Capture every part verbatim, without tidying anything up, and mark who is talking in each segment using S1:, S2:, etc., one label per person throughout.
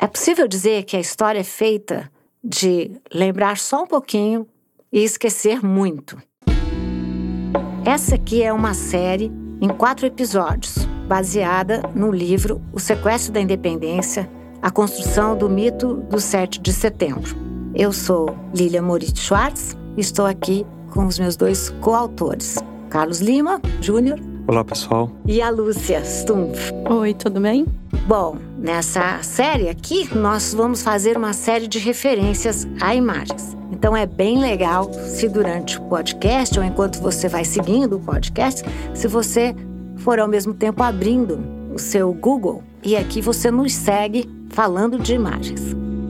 S1: possível dizer que a história é feita de lembrar só um pouquinho e esquecer muito. Essa aqui é uma série em quatro episódios, baseada no livro O Sequestro da Independência, a construção do mito do sete de setembro. Eu sou Lília Moritz Schwartz e estou aqui com os meus dois coautores, Carlos Lima Júnior.
S2: Olá, pessoal.
S1: E a Lúcia Stumpf.
S3: Oi, tudo bem?
S1: Bom, nessa série aqui, nós vamos fazer uma série de referências a imagens. Então é bem legal se durante o podcast, ou enquanto você vai seguindo o podcast, se você for ao mesmo tempo abrindo o seu Google e aqui você nos segue falando de imagens.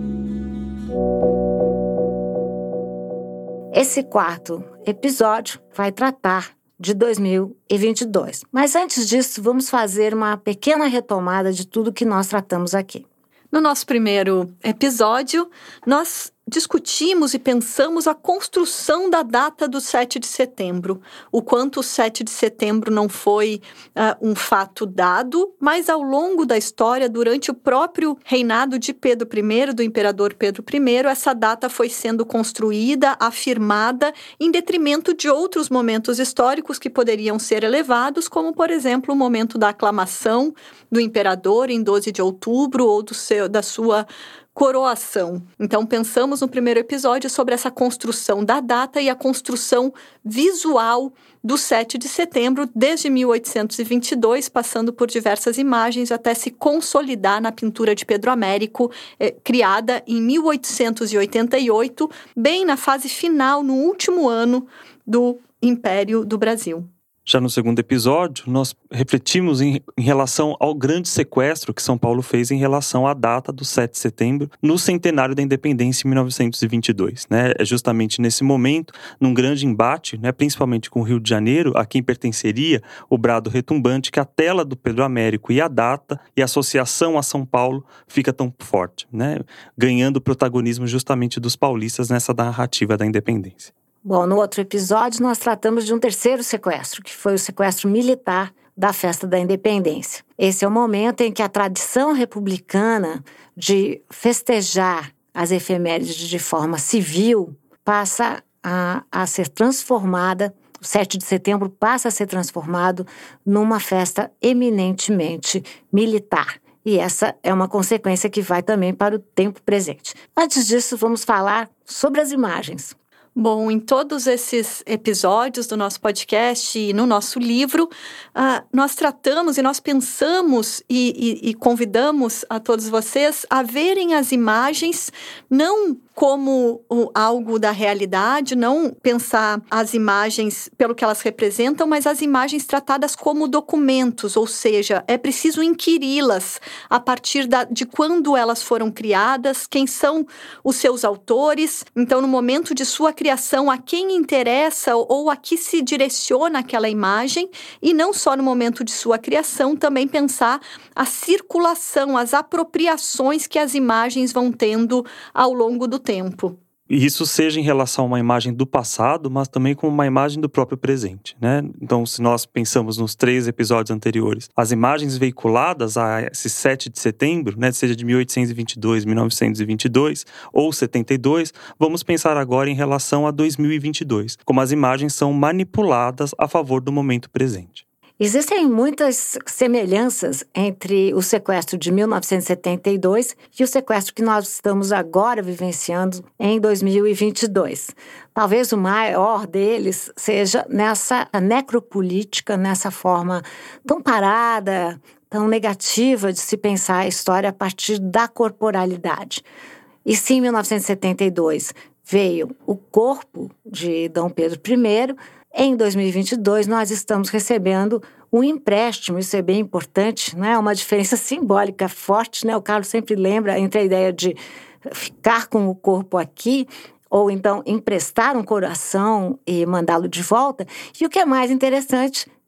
S1: Esse quarto episódio vai tratar de dois mil e vinte e dois. Mas antes disso, vamos fazer uma pequena retomada de tudo que nós tratamos aqui.
S3: No nosso primeiro episódio, nós discutimos e pensamos a construção da data do sete de setembro. O quanto o sete de setembro não foi uh, um fato dado, mas ao longo da história, durante o próprio reinado de Pedro I, do imperador Pedro I, essa data foi sendo construída, afirmada, em detrimento de outros momentos históricos que poderiam ser elevados, como, por exemplo, o momento da aclamação do imperador em doze de outubro ou do seu, da sua coroação. Então, pensamos no primeiro episódio sobre essa construção da data e a construção visual do sete de setembro, desde mil oitocentos e vinte e dois, passando por diversas imagens até se consolidar na pintura de Pedro Américo, eh, criada em mil oitocentos e oitenta e oito, bem na fase final, no último ano do Império do Brasil.
S2: Já no segundo episódio, nós refletimos em, em relação ao grande sequestro que São Paulo fez em relação à data do sete de setembro, no centenário da independência em mil novecentos e vinte e dois. Né? É justamente nesse momento, num grande embate, né, principalmente com o Rio de Janeiro, a quem pertenceria o brado retumbante, que a tela do Pedro Américo e a data e a associação a São Paulo fica tão forte, né? Ganhando protagonismo justamente dos paulistas nessa narrativa da independência.
S1: Bom, no outro episódio nós tratamos de um terceiro sequestro, que foi o sequestro militar da Festa da Independência. Esse é o momento em que a tradição republicana de festejar as efemérides de forma civil passa a, a ser transformada, o sete de setembro passa a ser transformado numa festa eminentemente militar. E essa é uma consequência que vai também para o tempo presente. Antes disso, vamos falar sobre as imagens.
S3: Bom, em todos esses episódios do nosso podcast e no nosso livro, uh, nós tratamos e nós pensamos e, e, e convidamos a todos vocês a verem as imagens não como algo da realidade, não pensar as imagens pelo que elas representam, mas as imagens tratadas como documentos, ou seja, é preciso inquiri-las a partir da, de quando elas foram criadas, quem são os seus autores. Então, no momento de sua criação, a quem interessa ou a que se direciona aquela imagem, e não só no momento de sua criação, também pensar a circulação, as apropriações que as imagens vão tendo ao longo do tempo. tempo.
S2: E isso seja em relação a uma imagem do passado, mas também como uma imagem do próprio presente, né? Então, se nós pensamos nos três episódios anteriores, as imagens veiculadas a esse sete de setembro, né, seja de mil oitocentos e vinte e dois, mil novecentos e vinte e dois ou setenta e dois, vamos pensar agora em relação a dois mil e vinte e dois, como as imagens são manipuladas a favor do momento presente.
S1: Existem muitas semelhanças entre o sequestro de mil novecentos e setenta e dois e o sequestro que nós estamos agora vivenciando em dois mil e vinte e dois. Talvez o maior deles seja nessa necropolítica, nessa forma tão parada, tão negativa de se pensar a história a partir da corporalidade. E se em mil novecentos e setenta e dois veio o corpo de Dom Pedro I, em dois mil e vinte e dois, nós estamos recebendo um empréstimo, isso é bem importante, né? Uma diferença simbólica forte, né? O Carlos sempre lembra entre a ideia de ficar com o corpo aqui, ou então emprestar um coração e mandá-lo de volta. E o que é mais interessante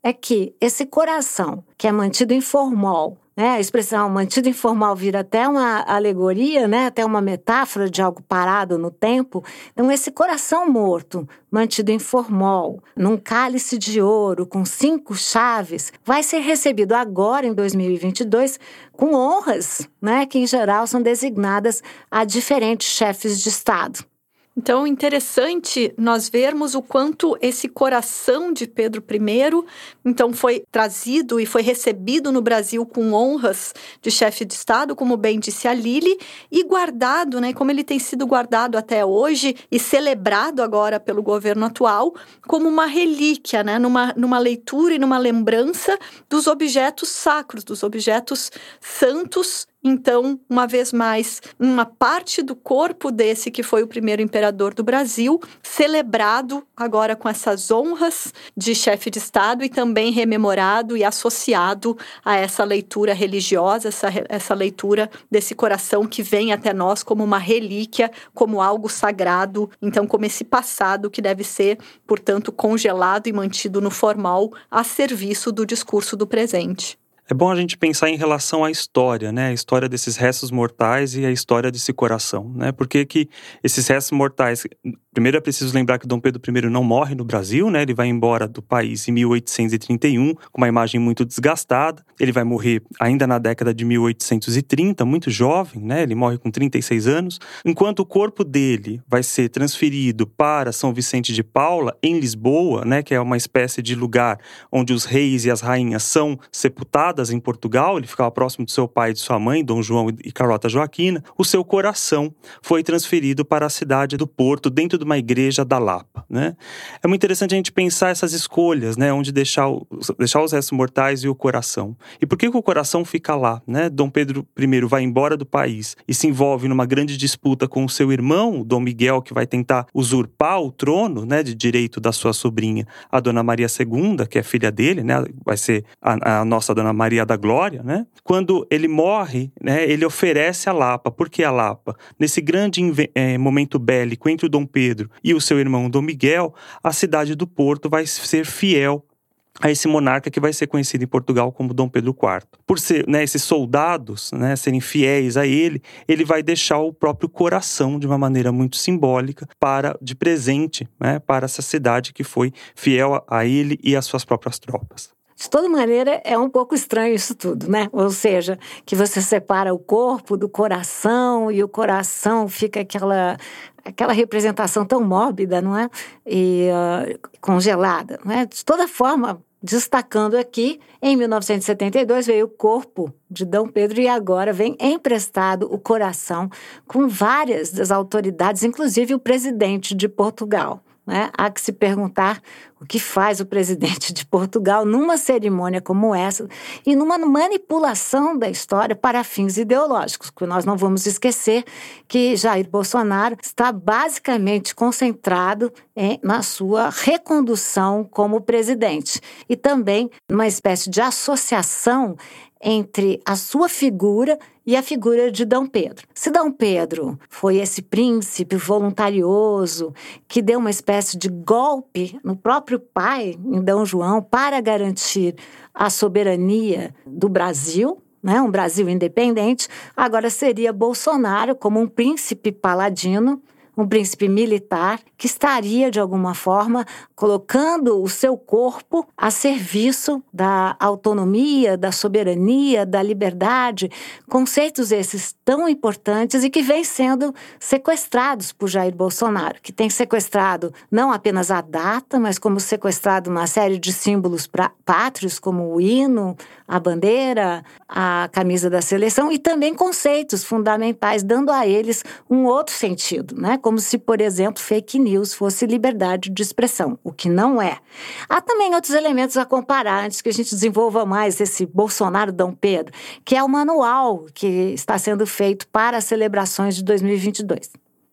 S1: é que esse coração, que é mantido em formol, né, a expressão mantido em formal vira até uma alegoria, né, até uma metáfora de algo parado no tempo. Então, esse coração morto, mantido em formol, num cálice de ouro com cinco chaves, vai ser recebido agora, em dois mil e vinte e dois, com honras, né, que em geral são designadas a diferentes chefes de Estado.
S3: Então, interessante nós vermos o quanto esse coração de Pedro I, então, foi trazido e foi recebido no Brasil com honras de chefe de Estado, como bem disse a Lili, e guardado, né, como ele tem sido guardado até hoje e celebrado agora pelo governo atual, como uma relíquia, né, numa, numa leitura e numa lembrança dos objetos sacros, dos objetos santos. Então, uma vez mais, uma parte do corpo desse que foi o primeiro imperador do Brasil, celebrado agora com essas honras de chefe de Estado e também rememorado e associado a essa leitura religiosa, essa, essa leitura desse coração que vem até nós como uma relíquia, como algo sagrado, então como esse passado que deve ser, portanto, congelado e mantido no formal a serviço do discurso do presente.
S2: É bom a gente pensar em relação à história, né? A história desses restos mortais e a história desse coração, né? Porque que esses restos mortais... Primeiro é preciso lembrar que Dom Pedro I não morre no Brasil, né? Ele vai embora do país em mil oitocentos e trinta e um, com uma imagem muito desgastada. Ele vai morrer ainda na década de mil oitocentos e trinta, muito jovem, né? Ele morre com trinta e seis anos. Enquanto o corpo dele vai ser transferido para São Vicente de Paula, em Lisboa, né? Que é uma espécie de lugar onde os reis e as rainhas são sepultadas em Portugal. Ele ficava próximo do seu pai e de sua mãe, Dom João e Carlota Joaquina. O seu coração foi transferido para a cidade do Porto, dentro de uma igreja da Lapa, né? É muito interessante a gente pensar essas escolhas, né? Onde deixar, o, deixar os restos mortais e o coração. E por que, que o coração fica lá, né? Dom Pedro I vai embora do país e se envolve numa grande disputa com o seu irmão, Dom Miguel, que vai tentar usurpar o trono, né, de direito da sua sobrinha, a Dona Maria segunda, que é filha dele, né? Vai ser a, a nossa Dona Maria da Glória, né? Quando ele morre, né, ele oferece a Lapa. Por que a Lapa? Nesse grande é, momento bélico entre o Dom Pedro e o seu irmão Dom Miguel, a cidade do Porto vai ser fiel a esse monarca que vai ser conhecido em Portugal como Dom Pedro quarto. Por ser, né, esses soldados, né, serem fiéis a ele, ele vai deixar o próprio coração de uma maneira muito simbólica para, de presente, né, para essa cidade que foi fiel a, a ele e às suas próprias tropas.
S1: De toda maneira, é um pouco estranho isso tudo, né? Ou seja, que você separa o corpo do coração e o coração fica aquela, aquela representação tão mórbida, não é? E uh, congelada, não é? De toda forma, destacando aqui, em mil novecentos e setenta e dois veio o corpo de Dom Pedro e agora vem emprestado o coração com várias das autoridades, inclusive o presidente de Portugal. Né? Há que se perguntar o que faz o presidente de Portugal numa cerimônia como essa e numa manipulação da história para fins ideológicos, porque nós não vamos esquecer que Jair Bolsonaro está basicamente concentrado em, na sua recondução como presidente e também numa espécie de associação entre a sua figura e a figura de Dom Pedro. Se Dom Pedro foi esse príncipe voluntarioso que deu uma espécie de golpe no próprio pai, em Dom João, para garantir a soberania do Brasil, né, um Brasil independente, agora seria Bolsonaro como um príncipe paladino, um príncipe militar que estaria, de alguma forma, colocando o seu corpo a serviço da autonomia, da soberania, da liberdade, conceitos esses tão importantes e que vêm sendo sequestrados por Jair Bolsonaro, que tem sequestrado não apenas a data, mas como sequestrado uma série de símbolos pátrios, como o hino, a bandeira, a camisa da seleção e também conceitos fundamentais, dando a eles um outro sentido, né? Como se, por exemplo, fake news fosse liberdade de expressão, o que não é. Há também outros elementos a comparar antes que a gente desenvolva mais esse Bolsonaro Dom Pedro, que é o manual que está sendo feito para as celebrações de dois mil e vinte e dois.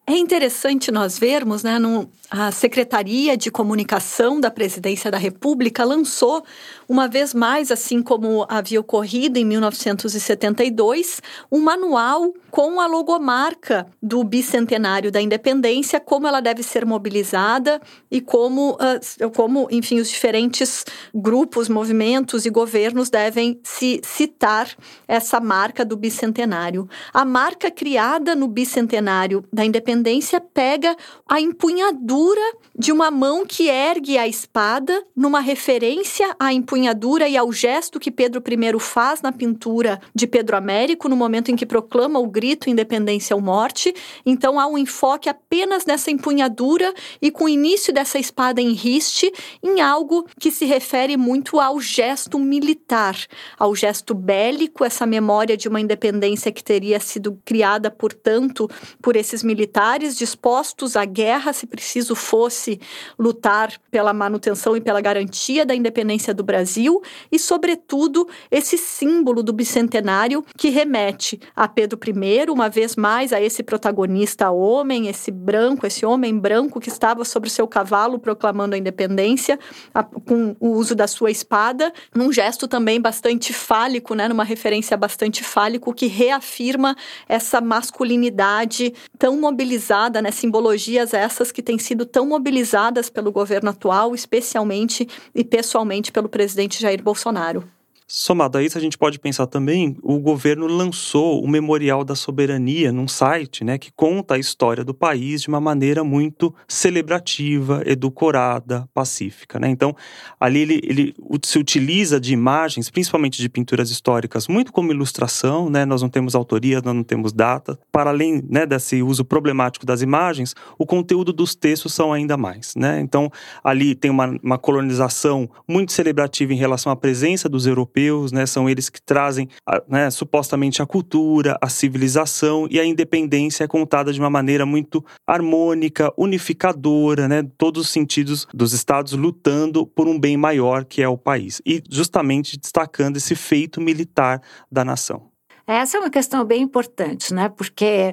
S3: É interessante nós vermos, né, no, a Secretaria de Comunicação da Presidência da República lançou, uma vez mais, assim como havia ocorrido em mil novecentos e setenta e dois, um manual com a logomarca do bicentenário da independência, como ela deve ser mobilizada e como, uh, como, enfim, os diferentes grupos, movimentos e governos devem se citar essa marca do bicentenário. A marca criada no bicentenário da independência pega a empunhadura de uma mão que ergue a espada, numa referência à empunhadura e ao gesto que Pedro I faz na pintura de Pedro Américo, no momento em que proclama o grito independência ou morte. Então há um enfoque apenas nessa empunhadura e com o início dessa espada em riste, em algo que se refere muito ao gesto militar, ao gesto bélico, essa memória de uma independência que teria sido criada, portanto, por esses militares dispostos à guerra, se preciso fosse lutar pela manutenção e pela garantia da independência do Brasil, e, sobretudo, esse símbolo do bicentenário que remete a Pedro I, uma vez mais, a esse protagonista homem, esse branco, esse homem branco que estava sobre o seu cavalo proclamando a independência, a, com o uso da sua espada, num gesto também bastante fálico, né, numa referência bastante fálico, que reafirma essa masculinidade tão mobilizada, né, simbologias essas que têm sido tão mobilizadas pelo governo atual, especialmente e pessoalmente pelo presidente Jair Bolsonaro.
S2: Somado a isso, a gente pode pensar também, o governo lançou o Memorial da Soberania num site, né, que conta a história do país de uma maneira muito celebrativa, edulcorada, pacífica, né? Então, ali ele, ele se utiliza de imagens, principalmente de pinturas históricas, muito como ilustração, né? Nós não temos autoria, nós não temos data. Para além, né, desse uso problemático das imagens, o conteúdo dos textos são ainda mais, né? Então, ali tem uma, uma colonização muito celebrativa em relação à presença dos europeus, né, são eles que trazem, né, supostamente a cultura, a civilização, e a independência é contada de uma maneira muito harmônica, unificadora, né, todos os sentidos dos estados lutando por um bem maior que é o país, e justamente destacando esse feito militar da nação.
S1: Essa é uma questão bem importante, né? Porque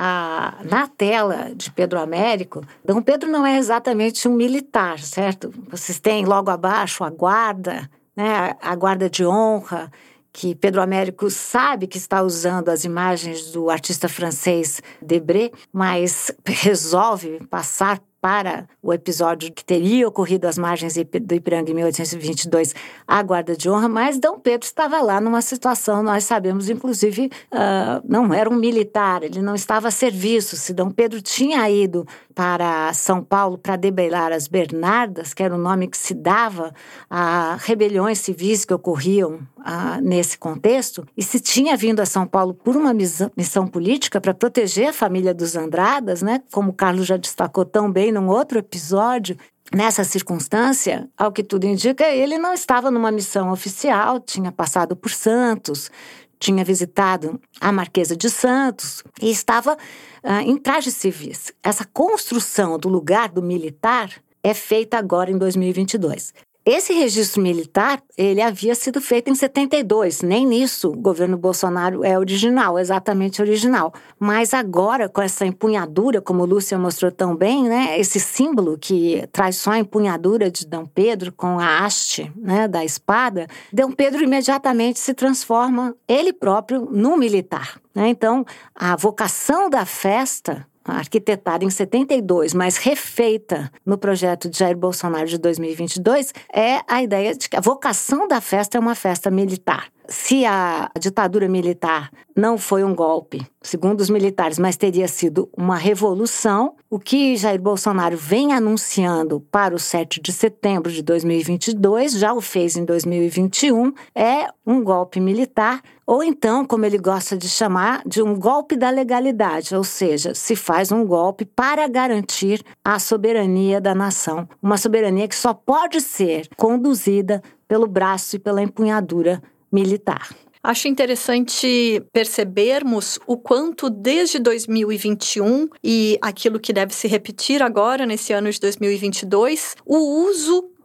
S1: a, na tela de Pedro Américo, Dom Pedro não é exatamente um militar, certo? Vocês têm logo abaixo a guarda, né, a guarda de honra, que Pedro Américo sabe que está usando as imagens do artista francês Debré, mas resolve passar para o episódio que teria ocorrido às margens do Ipiranga em mil oitocentos e vinte e dois, a guarda de honra, mas Dom Pedro estava lá numa situação, nós sabemos, inclusive, uh, não era um militar, ele não estava a serviço. Se Dom Pedro tinha ido para São Paulo para debelar as Bernardas, que era o nome que se dava a rebeliões civis que ocorriam uh, nesse contexto, e se tinha vindo a São Paulo por uma missão, missão política para proteger a família dos Andradas, né, como o Carlos já destacou tão bem num outro episódio, nessa circunstância, ao que tudo indica, ele não estava numa missão oficial, tinha passado por Santos, tinha visitado a Marquesa de Santos e estava uh, em trajes civis. Essa construção do lugar do militar é feita agora em dois mil e vinte e dois. Esse registro militar, ele havia sido feito em setenta e dois, nem nisso o governo Bolsonaro é original, exatamente original. Mas agora, com essa empunhadura, como Lúcia mostrou tão bem, né, esse símbolo que traz só a empunhadura de Dom Pedro com a haste, né, da espada, Dom Pedro imediatamente se transforma, ele próprio, num militar, né? Então, a vocação da festa, arquitetada em setenta e dois, mas refeita no projeto de Jair Bolsonaro de dois mil e vinte e dois, é a ideia de que a vocação da festa é uma festa militar. Se a ditadura militar não foi um golpe, segundo os militares, mas teria sido uma revolução, o que Jair Bolsonaro vem anunciando para o sete de setembro de dois mil e vinte e dois, já o fez em dois mil e vinte e um, é um golpe militar, ou então, como ele gosta de chamar, de um golpe da legalidade, ou seja, se faz um golpe para garantir a soberania da nação, uma soberania que só pode ser conduzida pelo braço e pela empunhadura militar.
S3: Acho interessante percebermos o quanto desde dois mil e vinte e um e aquilo que deve se repetir agora nesse ano de dois mil e vinte e dois, o uso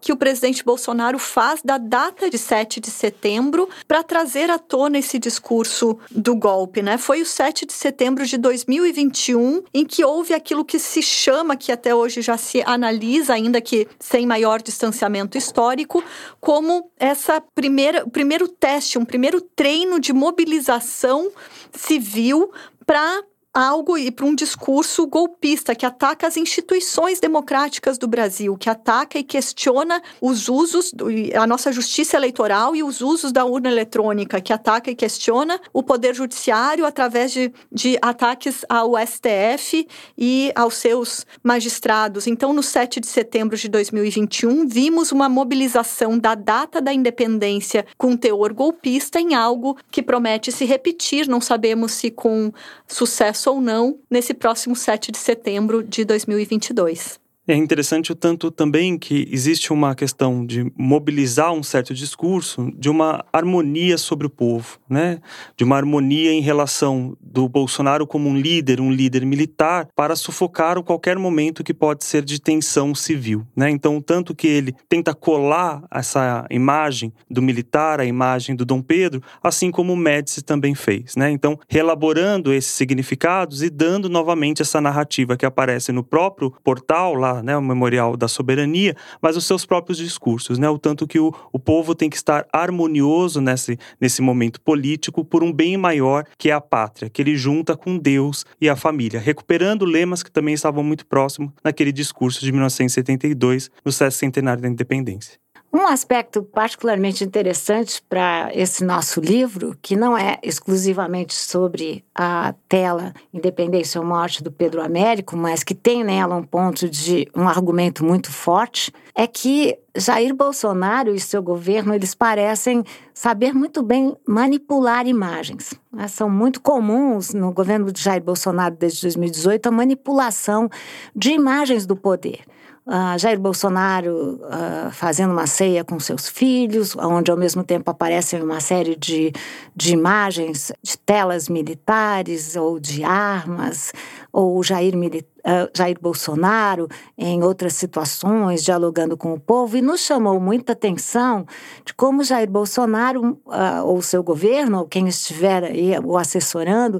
S3: que o presidente Bolsonaro faz da data de sete de setembro para trazer à tona esse discurso do golpe, né? Foi o sete de setembro de dois mil e vinte e um em que houve aquilo que se chama, que até hoje já se analisa, ainda que sem maior distanciamento histórico, como essa primeira, o primeiro teste, um primeiro treino de mobilização civil para algo e para um discurso golpista que ataca as instituições democráticas do Brasil, que ataca e questiona os usos, do, a nossa justiça eleitoral e os usos da urna eletrônica, que ataca e questiona o poder judiciário através de, de ataques ao S T F e aos seus magistrados. Então, no sete de setembro de dois mil e vinte e um, vimos uma mobilização da data da independência com teor golpista em algo que promete se repetir, não sabemos se com sucesso ou não, nesse próximo sete de setembro de dois mil e vinte e dois.
S2: É interessante o tanto também que existe uma questão de mobilizar um certo discurso, de uma harmonia sobre o povo, né? De uma harmonia em relação do Bolsonaro como um líder, um líder militar, para sufocar o qualquer momento que pode ser de tensão civil, né? Então, tanto que ele tenta colar essa imagem do militar, a imagem do Dom Pedro, assim como o Médici também fez, né? Então, reelaborando esses significados e dando novamente essa narrativa que aparece no próprio portal lá, né, o Memorial da Soberania, mas os seus próprios discursos, né, o tanto que o, o povo tem que estar harmonioso nesse, nesse momento político por um bem maior que é a pátria, que ele junta com Deus e a família, recuperando lemas que também estavam muito próximos naquele discurso de mil novecentos e setenta e dois, no sesquicentenário da independência.
S1: Um aspecto particularmente interessante para esse nosso livro, que não é exclusivamente sobre a tela Independência ou Morte do Pedro Américo, mas que tem nela um ponto de um argumento muito forte, é que Jair Bolsonaro e seu governo, eles parecem saber muito bem manipular imagens. São muito comuns no governo de Jair Bolsonaro desde dois mil e dezoito a manipulação de imagens do poder. Uh, Jair Bolsonaro uh, fazendo uma ceia com seus filhos, onde ao mesmo tempo aparecem uma série de, de imagens de telas militares ou de armas, ou Jair, uh, Jair Bolsonaro em outras situações, dialogando com o povo, e nos chamou muita atenção de como Jair Bolsonaro, uh, ou seu governo, ou quem estiver aí o assessorando,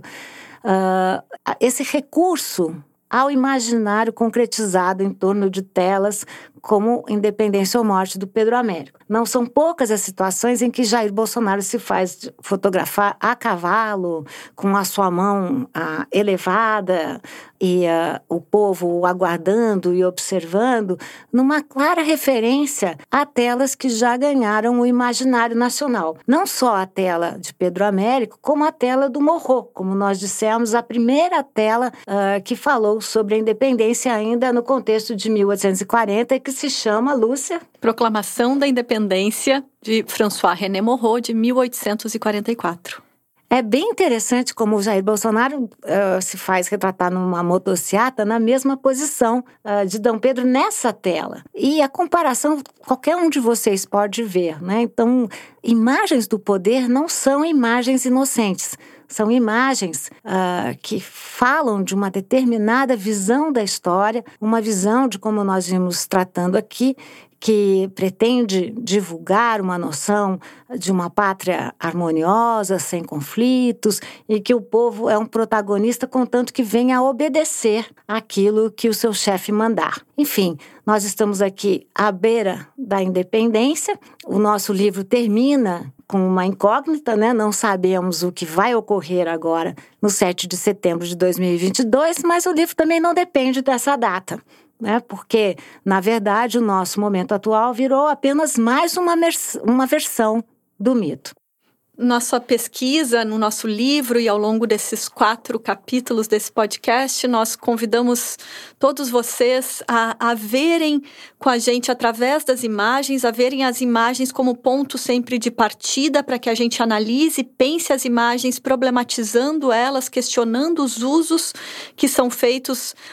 S1: uh, esse recurso ao imaginário concretizado em torno de telas como Independência ou Morte do Pedro Américo. Não são poucas as situações em que Jair Bolsonaro se faz fotografar a cavalo, com a sua mão ah, elevada e ah, o povo aguardando e observando, numa clara referência a telas que já ganharam o imaginário nacional. Não só a tela de Pedro Américo, como a tela do Morro, como nós dissemos, a primeira tela ah, que falou sobre a independência ainda no contexto de mil oitocentos e quarenta, e que se chama, Lúcia?
S3: Proclamação da Independência de François-René Morreau, de mil oitocentos e quarenta e quatro.
S1: É bem interessante como o Jair Bolsonaro uh, se faz retratar numa motociata na mesma posição uh, de Dom Pedro nessa tela. E a comparação, qualquer um de vocês pode ver, né? Então, imagens do poder não são imagens inocentes. São imagens uh, que falam de uma determinada visão da história, uma visão de como nós vimos tratando aqui, que pretende divulgar uma noção de uma pátria harmoniosa, sem conflitos, e que o povo é um protagonista, contanto que venha a obedecer aquilo que o seu chefe mandar. Enfim, nós estamos aqui à beira da independência, o nosso livro termina com uma incógnita, né? Não sabemos o que vai ocorrer agora no sete de setembro de dois mil e vinte e dois, mas o livro também não depende dessa data. Né? Porque, na verdade, o nosso momento atual virou apenas mais uma, uma versão do mito.
S3: Nossa pesquisa, no nosso livro e ao longo desses quatro capítulos desse podcast, nós convidamos todos vocês a, a verem com a gente através das imagens, a verem as imagens como ponto sempre de partida para que a gente analise, pense as imagens, problematizando elas, questionando os usos que são feitos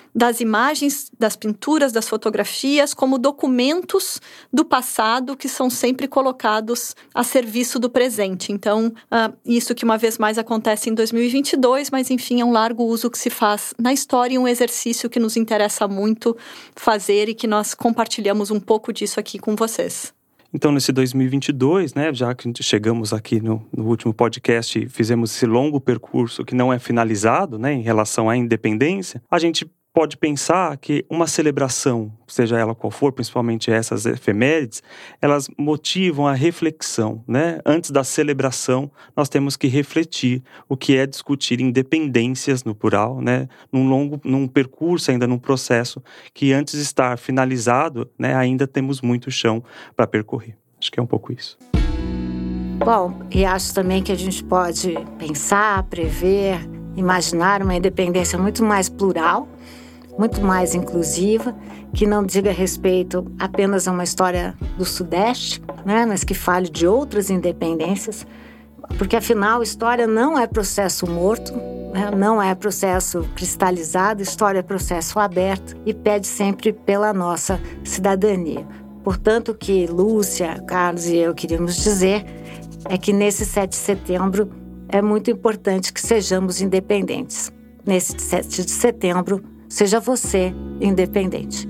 S3: das imagens, das pinturas, das fotografias como documentos do passado que são sempre colocados a serviço do presente. Então, uh, isso que uma vez mais acontece em dois mil e vinte e dois, mas enfim, é um largo uso que se faz na história e um exercício que nos interessa muito fazer e que nós compartilhamos um pouco disso aqui com vocês.
S2: Então, nesse dois mil e vinte e dois, né, já que chegamos aqui no, no último podcast e fizemos esse longo percurso que não é finalizado, né, em relação à independência, a gente pode pensar que uma celebração, seja ela qual for, principalmente essas efemérides, elas motivam a reflexão, né? Antes da celebração, nós temos que refletir o que é discutir independências no plural, né? Num longo, num percurso, ainda num processo que antes de estar finalizado, né, ainda temos muito chão para percorrer. Acho que é um pouco isso.
S1: Bom, e acho também que a gente pode pensar, prever, imaginar uma independência muito mais plural, muito mais inclusiva, que não diga respeito apenas a uma história do Sudeste, né, mas que fale de outras independências, porque afinal história não é processo morto, né, não é processo cristalizado, história é processo aberto e pede sempre pela nossa cidadania. Portanto, o que Lúcia, Carlos e eu queríamos dizer é que nesse sete de setembro é muito importante que sejamos independentes. Nesse sete de setembro, seja você independente.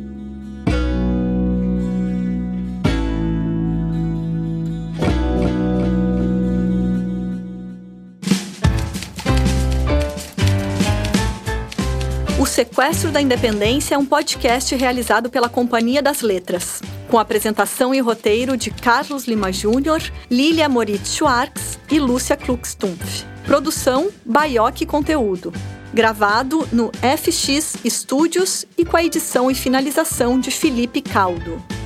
S3: O Sequestro da Independência é um podcast realizado pela Companhia das Letras, com apresentação e roteiro de Carlos Lima Júnior, Lilia Moritz Schwartz e Lúcia Klux-Stumpf. Produção Baioque Conteúdo. Gravado no F X Studios e com a edição e finalização de Felipe Caldo.